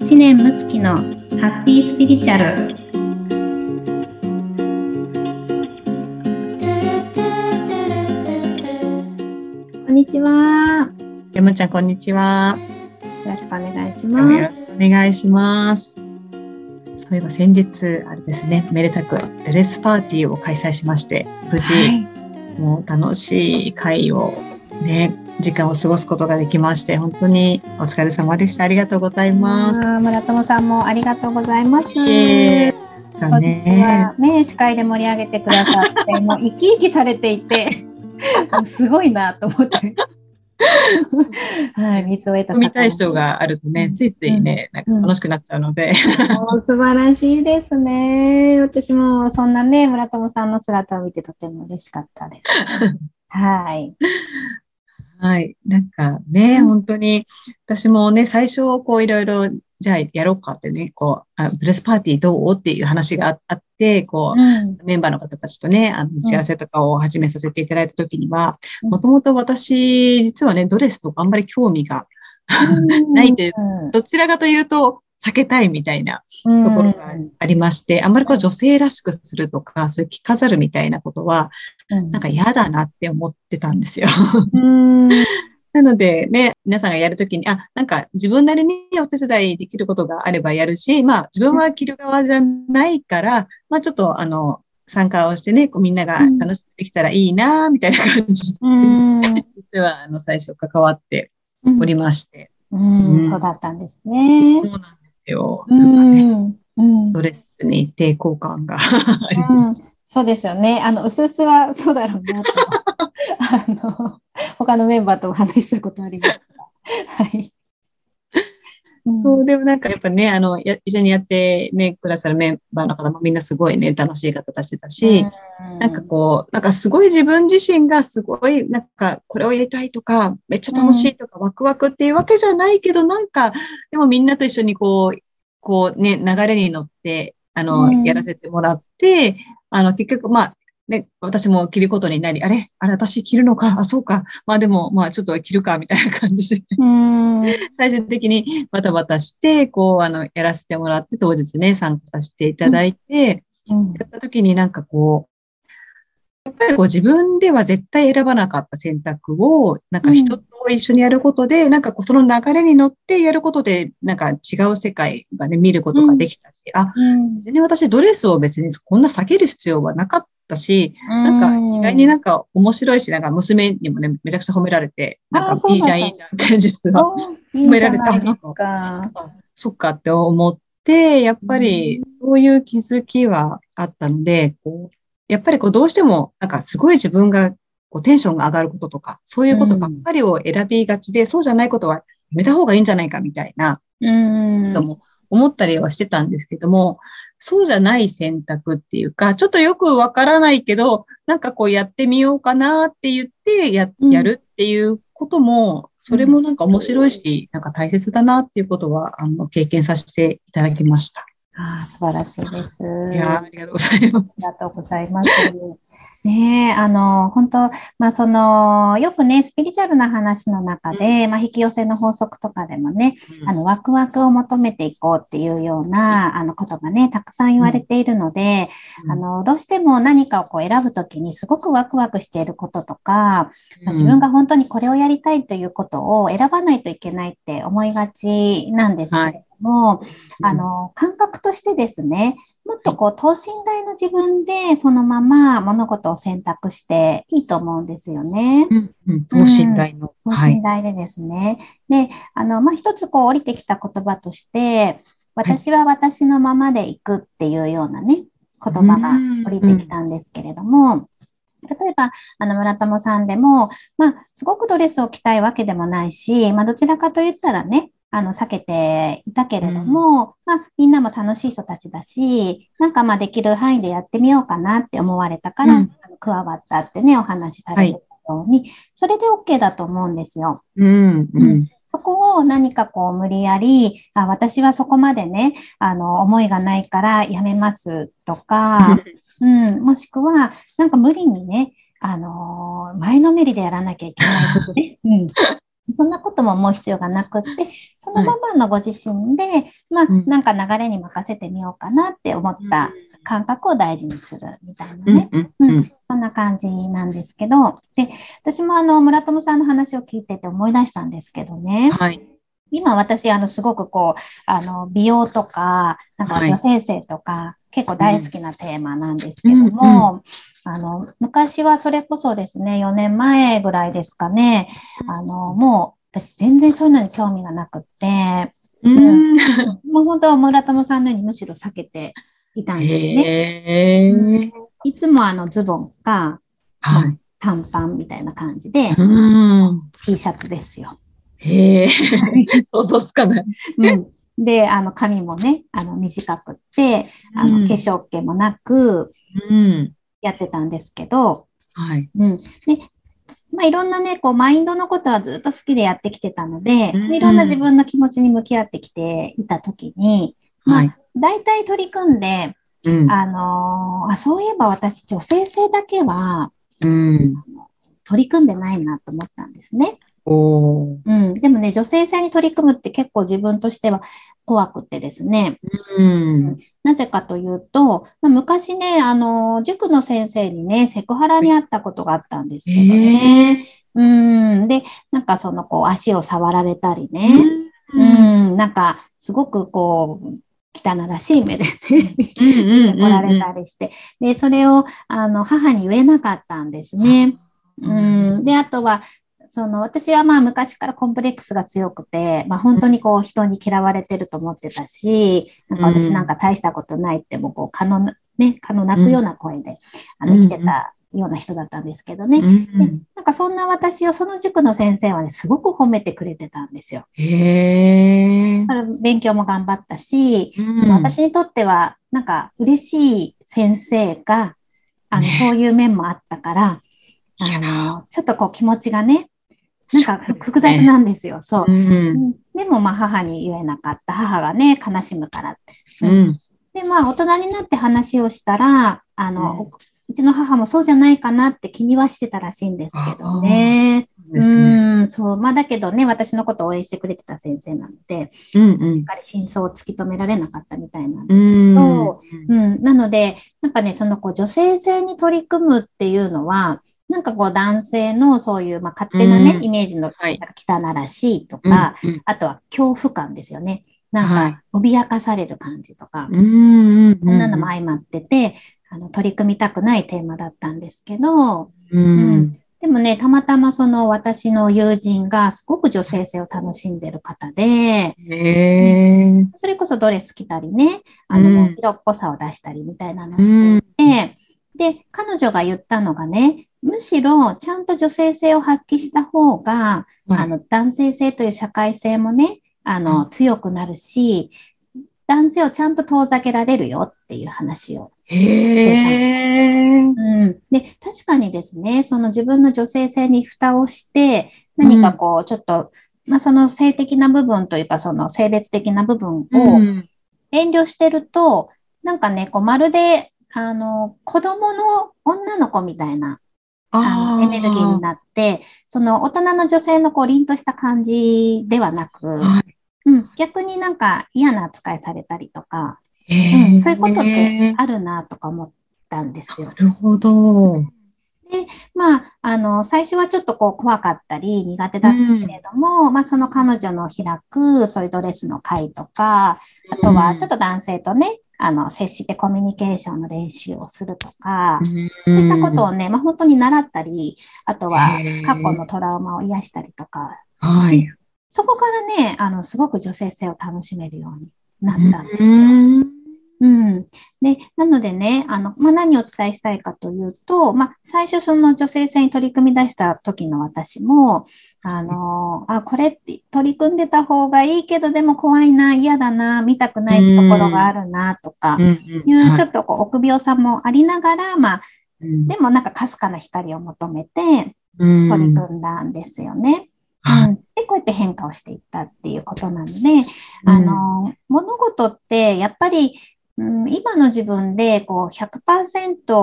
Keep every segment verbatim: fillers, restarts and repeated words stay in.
知念睦月のハッピースピリチュアル。こんにちは。 山ちゃん、こんにちは。 よろしくお願いしよます。 ろしくお願いします。そういえば先日、あれですね、めでたくドレスパーティーを開催しまして、無事、 はい、 もう楽しい会をね、時間を過ごすことができまして、本当にお疲れ様でした。ありがとうございます。 あー村友さんもありがとうございます。 いえだ本日ね。 はね、司会で盛り上げてくださって、もう生き生きされていて、もうすごいなと思って。はい、水を得た見たい魚。 人があるとね、 うんついついね、なんかうん楽しくなっちゃうので。 もう素晴らしいですね。私もそんなね、村友さんの姿を見てとても嬉しかったです。はい。 はい。なんかね、 うん本当に、私もね、最初、こう、いろいろ、じゃあやろうかってね、こう、あドレスパーティーどうっていう話がああって、こうんう、メンバーの方たちとね、あの、打うんち合わせとかを始めさせていただいたときには、 うんもともと私、実はね、ドレスとかあんまり興味がうないんという、どちらかというと、避けたいみたいなところがうんありまして、あんまりこう女性らしくするとか、そういう着飾るみたいなことは、なんか嫌だなって思ってたんですよ。 うんなのでね、皆さんがやるときに、あ、なんか自分なりにお手伝いできることがあればやるし、まあ自分は着る側じゃないから、まあちょっとあの、参加をしてね、こうみんなが楽しくできたらいいな、みたいな感じで、 うん実はあの最初関わっておりまして。 うんそううん、 だったんですね。 そうなんですよ。 うなんかね、 んうんドレスに抵抗感がありまうん、 す。 そうですよね。あの、うすうすはそうだろうなと、あの、他のメンバーとお話ししたことありますが。はい。うん。 そう、でもなんかやっぱね、あの、や、一緒にやってね、くださるメンバーの方もみんなすごいね、楽しい方たちだうし、なんかん。 こう、なんかすごい自分自身がすごい、なんかこれをやりたいとか、めっちゃ楽しうん。 いとか、ワクワクっていうわけじゃないけど、なんか、でもみんなと一緒にこう、こうね、流れに乗って、あの、やらうん。 せてもらって、あの、結局、まあ、ね、私も着ることになり、あれあれ、私着るのかあ、そうか。まあでも、まあちょっと着るか、みたいな感じで。 うん。 最終的にバタバタして、こう、あの、やらせてもらって、当日ね、参加させていただいて、 うん。 やった時になんかこう、やっぱりこう自分では絶対選ばなかった選択を、なんか人と一緒にやることで、なんかこうその流れに乗ってやることで、なんか違う世界がね、見ることができたし、あ、 うん。 全然私ドレスを別にこんな避ける必要はなかったし、 うなんか意外になん。 んか面白いし、なんか娘にもね、めちゃくちゃ褒められて、なんああ、 かそうだいいじゃんいいったんですね。 じゃんって実はおー、 褒いいじめられた。 ゃないですなんかか。 あ、そっかって思って、やっうぱりん。 そういう気づきはあったので、こう、やっぱりこうどうしても、なんかすごい自分がこうテンションが上がることとか、そういうことばっうん。 かりを選びがちで、そうじゃないことはやめた方がいいんじゃないかみたいなうん。 ことも思ったりはしてたんですけども、そうじゃない選択っていうか、ちょっとよくわからないけど、なんかこうやってみようかなって言ってや、 うん。 やるっていうことも、それもなんか面白いし、なんか大切だなっていうことは、あの、経験させていただきました。 ああ、素晴らしいです。 いやー、ありがとうございます。 ありがとうございます。ねえ、あの、本当、まあ、その、よくね、スピリチュアルな話の中うん、 で、まあ、引き寄せの法則とかでもね、 うん、 あの、ワクワクを求めていこうっていうような、あの、ことがね、たくさん言うん、 われているので、 うん、 あの、どうしても何かをこう選ぶときにすごくワクワクしていることとか、まあ、自分がうん、 本当にこれをやりたいということを選ばないといけないって思いがちなんですけはい、 れども、 うん、 あの、感覚としてですね、もっはい、 とこう等身大の自分でそのまま物事を選択していいと思うんですよね。 うん、うん、等身うん。 大の、 等はい、 身大でですね。で、あの、まあ、一つこう降りてきた言葉として、 はい、 私は私のままで行くっていうようなね、 う言葉が降ん、 りてきうん、 たんですけれども、例えば、あの、村友さんでも、まあ、すごくドレスを着たいわけでもないし、まあ、どちらかと言ったらね、あの、避けていたけれどうん、 も、まあ、みんなも楽しい人たちだし、なんかまあ、できる範囲でやってみようかなって思われたから、 うん、 あの加わったってね、お話しさはい、 れてたように、それで OK だと思うんですよ。 うん、 うん、 うん、 そこを何かこう無理やり、あ、私はそこまでね、あの、思いがないからやめますとか、うん、もしくは、なんか無理にね、あの、前のめりでやらなきゃいけないってね、うん、 そんなことも思う必要がなくって、そのままのご自身で、まあ、 うんなんか流れに任せてみようかなって思った感覚を大事にするみたいなね。 うんうんうん、 うん。 そんな感じなんですけど、で、私もあの、村友さんの話を聞いてて思い出したんですけどね。 はい。 今私、あの、すごくこう、あの、美容とか、なんかはい。 女性性とか、結構うん。 大好きなテーマなんですうけどんうん。 も、あの、昔はそれこそですね、よねんまえぐらいですかね、あの、もう、私全然そういうのに興味がなくって、 ううん、 ん。 もう本当は村友さんのようにむしろ避けていたんですね。 へうん、 え。 いつもあの、ズボンか、まあ、 はい。 短パンみたいな感じで、 うん。 T シャツですよ。 へえ。想像つかない。 うん。で、あの、髪もね、あの、短くって、あの、化うん。 粧気もなくうん。 やってたんですけど、 はい。 うん。で、まあ、いろんなね、こう、マインドのことはずっと好きでやってきてたので、 うまあいろんな自ん。 分の気持ちに向き合ってきていたときに、まはい。 あ、大体取り組んで、 うん。 あのーあ、そういえば私、女性性だけは、 うん。 取り組んでないなと思ったんですね。 おー。 うん。でもね、女性性に取り組むって結構自分としては怖くってですね。 うん。 なぜかというと、まあ、昔ね、あの、塾の先生にね、セクハラにあったことがあったんですけどね。 ええ。 うん。で、なんかその、こう、足を触られたりうね。うん。 ん。なんか、すごくこう、汚らしい目でねうん見うんてこられうんうん。 たりして、で、それを、あの、母に言えなかったんですね。 あうん。で、あとは、その、私はまあ昔からコンプレックスが強くて、まあ本当にこう人に嫌われてると思ってたし、なんか私なんか大したことないってもこう、蚊のね、蚊の鳴くような声で、あの、生きてたような人だったんですけどね。で、なんかそんな私をその塾の先生はね、すごく褒めてくれてたんですよ。勉強も頑張ったし、その私にとっては、なんか嬉しい先生が、あの、そういう面もあったから、あの、ちょっとこう気持ちがね、なんか複雑なんですよ。そう。うん、でもまあ母に言えなかった。母がね、悲しむからって。うん、で、まあ大人になって話をしたら、あの、うちの母もそうじゃないかなって気にはしてたらしいんですけどね。うーん、そう。まあだけどね、私のことを応援してくれてた先生なので、しっかり真相を突き止められなかったみたいなんですけど、うん、なので、なんかね、そのこう女性性に取り組むっていうのは、なんかこう男性のそういう、まあ、勝手なね、イメージのなんか汚らしいとか、あとは恐怖感ですよね。なんか脅かされる感じとか、そんなのも相まってて、あの取り組みたくないテーマだったんですけど、うん、でもね、たまたまその私の友人がすごく女性性を楽しんでる方で、それこそドレス着たりね、あの、色っぽさを出したりみたいなのをしていて、で、彼女が言ったのがね、むしろちゃんと女性性を発揮した方が、あの、男性性という社会性もね、あの、強くなるし、男性をちゃんと遠ざけられるよっていう話をしてたんです。うん、で、確かにですね、その自分の女性性に蓋をして、何かこう、ちょっと、まあ、その性的な部分というか、その性別的な部分を遠慮してると、なんかね、こう、まるで、あの、子供の女の子みたいな、あの、エネルギーになって、その大人の女性のこう、凛とした感じではなく、うん、逆になんか嫌な扱いされたりとか、うん、そういうことってあるなとか思ったんですよ。 なるほど。 で、まあ、あの、最初はちょっとこう怖かったり苦手だったけれども、まあ、その彼女の開く、そういうドレスの会とか、あとはちょっと男性とね、あの、接してコミュニケーションの練習をするとか、そういったことをね、まあ、本当に習ったり、あとは過去のトラウマを癒したりとかして、そこからね、あの、すごく女性性を楽しめるようになったんですよ。うん。で、なのでね、あの、まあ、何をお伝えしたいかというと、まあ、最初その女性性に取り組み出した時の私も、あの、あ、これって取り組んでた方がいいけど、でも怖いな、嫌だな、見たくないところがあるな、とか、いう、ちょっとこう、臆病さもありながら、まあ、でもなんかかすかな光を求めて取り組んだんですよね。うん、で、こうやって変化をしていったっていうことなので、あの、物事ってやっぱり、うん、今の自分でこうひゃくパーセント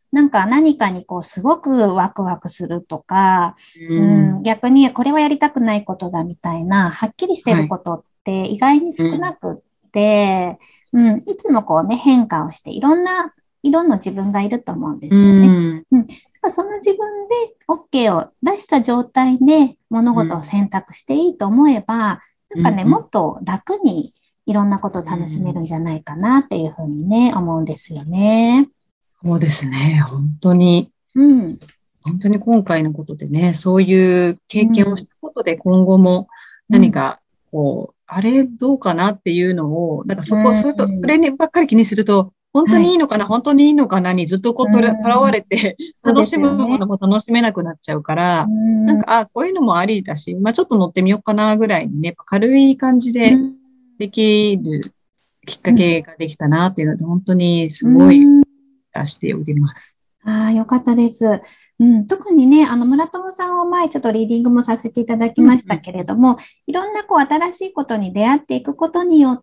なんか何かにこうすごくワクワクするとか、 ううん、逆にこれはやりたくないことだみたいな、はっきりしてはい。 ることって意外にうん。 少なくって、うん、いつもこうね、変化をして、いろんな色の自分がいると思うんでうすよね。 ん。 うん。だからその自分で OK を出した状態で物事をうん。 選択していいと思えば、なんかね、もうん。 っと楽にいろんなことをう楽しめるんん。 じゃないかなっていうふうにね、思うんですよね。 そうですね。本当に、 うん。 本当に今回のことでね、そういうう経験をしん。 たことで今後もうん。 何か、こう、あれどうかなっていうのを、なんかうそこ、それと、それん。 にばっかり気にすると、本当はい。 にいいのかな、本当にいいのかなにずっとこううとら、とらわん。 れて、 そうで楽しすよね。 むものも楽しめなくなっちゃうかうら、なんん。 か、あ、こういうのもありだし、まあちょっと乗ってみようかなぐらいにね、軽い感じでうん。 できるきっかうん。 けができたなっていうので、本当にすうごいん。 出しております。 ああ、よかったです。うん、特にね、あの、村友さんを前ちょっとリーディングもさせていただきうん、 ましたうん、うん。 けれども、いろんなこう新しいことに出会っていくことによって、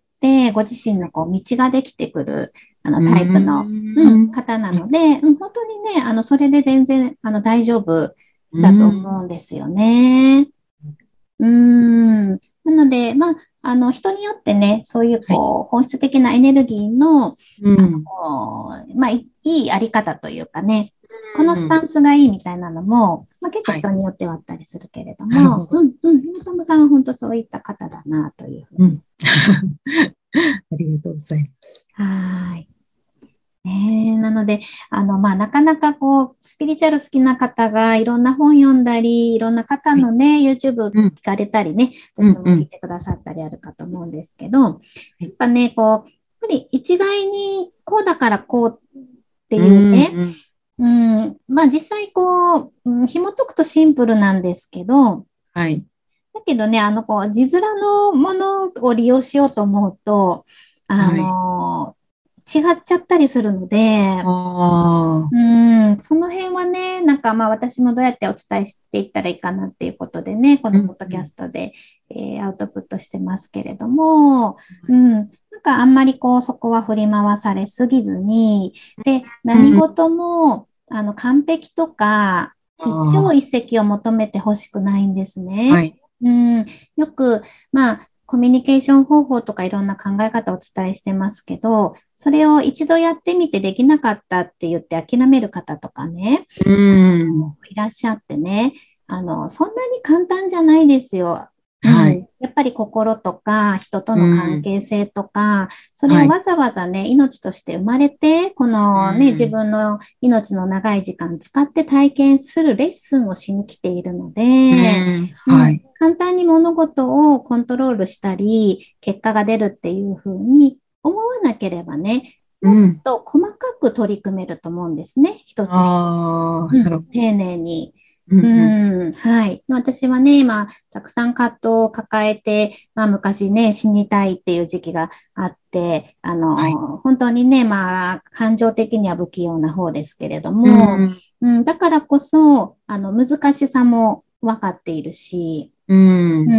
ご自身のこう道ができてくるあのうータイプの、うん、 ん。 方なので、うん、本当にね、あの、それで全然あの大丈夫うだとん。 思うんですよね。うーん。なので、まあ、あの、人によってね、そういう、 はい。 こう、本質的なエネルギーの、あの、 うん。 こう、まあ、いいいあり方というかね、このうん。 スタンスがいいみたいなのも、まあ、結構はい。 人によってはあったりするけれども、 なるほど。 うん、うん、皆友さんは本当そういった方だな、というふうに。 うん。ありがとうございます。 はーい。ねえ、なので、あの、まあ、なかなかこう、スピリチュアル好きな方がいろんな本読んだり、いろんな方はい。 のね、YouTube うん。 聞かれたりね、 うん。 私のもうん。 聞いてくださったりあるかと思うんですけど、やっはい。 ぱね、こう、やっぱり一概にこうだからこうってういうね、 ん。 うん、まあ実際こう、うん、紐解くとシンプルなんですけど、 はい。 だけどね、あの、こう、字面のものを利用しようと思うと、あはい。 の、違っちゃったりするので、 ああ。 うん、その辺はね、なんかまあ私もどうやってお伝えしていったらいいかなっていうことでね、こうん。 のポッドキャうん。 ストで、えーアウトプットしてますけれども、うん、なんかあんまりこうそこは振り回されすぎずに、で、 うん。 何事もあの完璧とか一朝あ一夕を求めてほしくないんですあ。はね。 い。 うん、よく、まあ、コミュニケーション方法とかいろんな考え方をお伝えしてますけど、それを一度やってみてできなかったって言って諦める方とかね、 うん。 いらっしゃってね、あの、そんなに簡単じゃないですよ。うはい。 ん。やっぱり心とか人とうの関ん。 係性とか、それはい。 をわざわざね、命として生まれて、こうのね、自ん。 分の命の長い時間使って体験するレッスンをしに来ているのうで、 ん。 うん、 はい。 簡単に物事をコントロールしたり、結果が出るっていうふうに思わなければね、もっうん。 と細かく取り組めると思うんですね。一つ一つ。 ああ。 うん、 なるほど。 丁寧に。ううん。うん。 ん、はい。私はね、今、たくさん葛藤を抱えて、まあ、昔ね、死にたいっていう時期があって、あはい。 の、本当にね、まあ、感情的には不器用な方ですけれどうも、 ん。 うん、だからこそ、あの、難しさも分かっているし、 うん。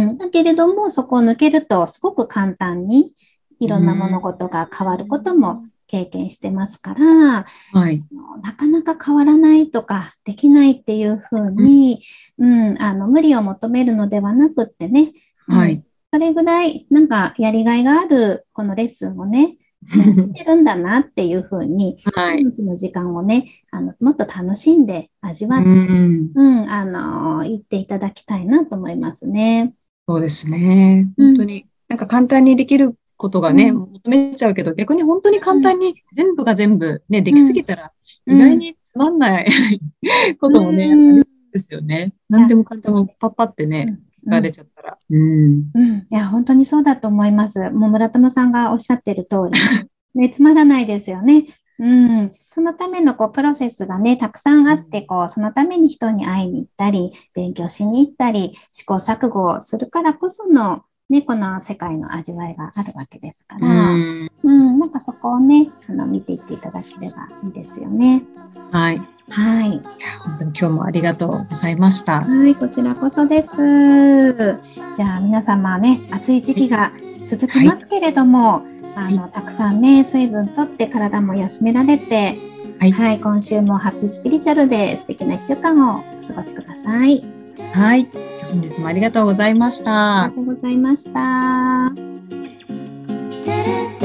うん、だけれども、そこを抜けると、すごく簡単にいうろんな物ん。 事が変わることも経験してますから、 はい。 なかなか変わらないとか、できないっていうふううん。 に、うん、あの、無理を求めるのではなくってね、うん、 はい。 それぐらい、なんか、やりがいがある、このレッスンをね、しに来てるんだなっていうふうに、 はい。 命の時間をね、あの、もっと楽しんで味わうって、 ん。 うん、あの、言っていただきたいなと思いますね。 そうですね。 うん、 本当に、なんか簡単にできることがね、 うん、 求めちゃうけど、逆に本当に簡うん、 単に全部が全部ね、できすうん、 ぎたら、意うん、 外につまんないこうともね、あん、いりそうですよね。何や、 でもかんでそうです。 もパッパってね、 うん、 聞かれうん。 ちゃったら。うん。 うん、いや、本当にそうだと思います。もう村友さんがおっしゃってる通りね、ね、つまらないですよね。うん、そのためのこうプロセスがね、たくさんあって、こう、そのために人に会いに行ったり、勉強しに行ったり、試行錯誤をするからこその、ね、この世界の味わいがあるわけですかうら、 ん。 うん、なんかそこをね、あの見ていっていただければいいですよね。 はい。いはい。 や、本当に今日もありがとうございました。ははい、こちらこそです。じゃあ皆様ね、暑い時期い。 が続きはい。 ますけれども、あはい。 の、たくさんね、水分とって体も休められて、 はい。 はい、今週もハッピースピリチュアルで素敵な一週間をお過ごしください。 はい。本日もありがとうございました。 ありがとうございました。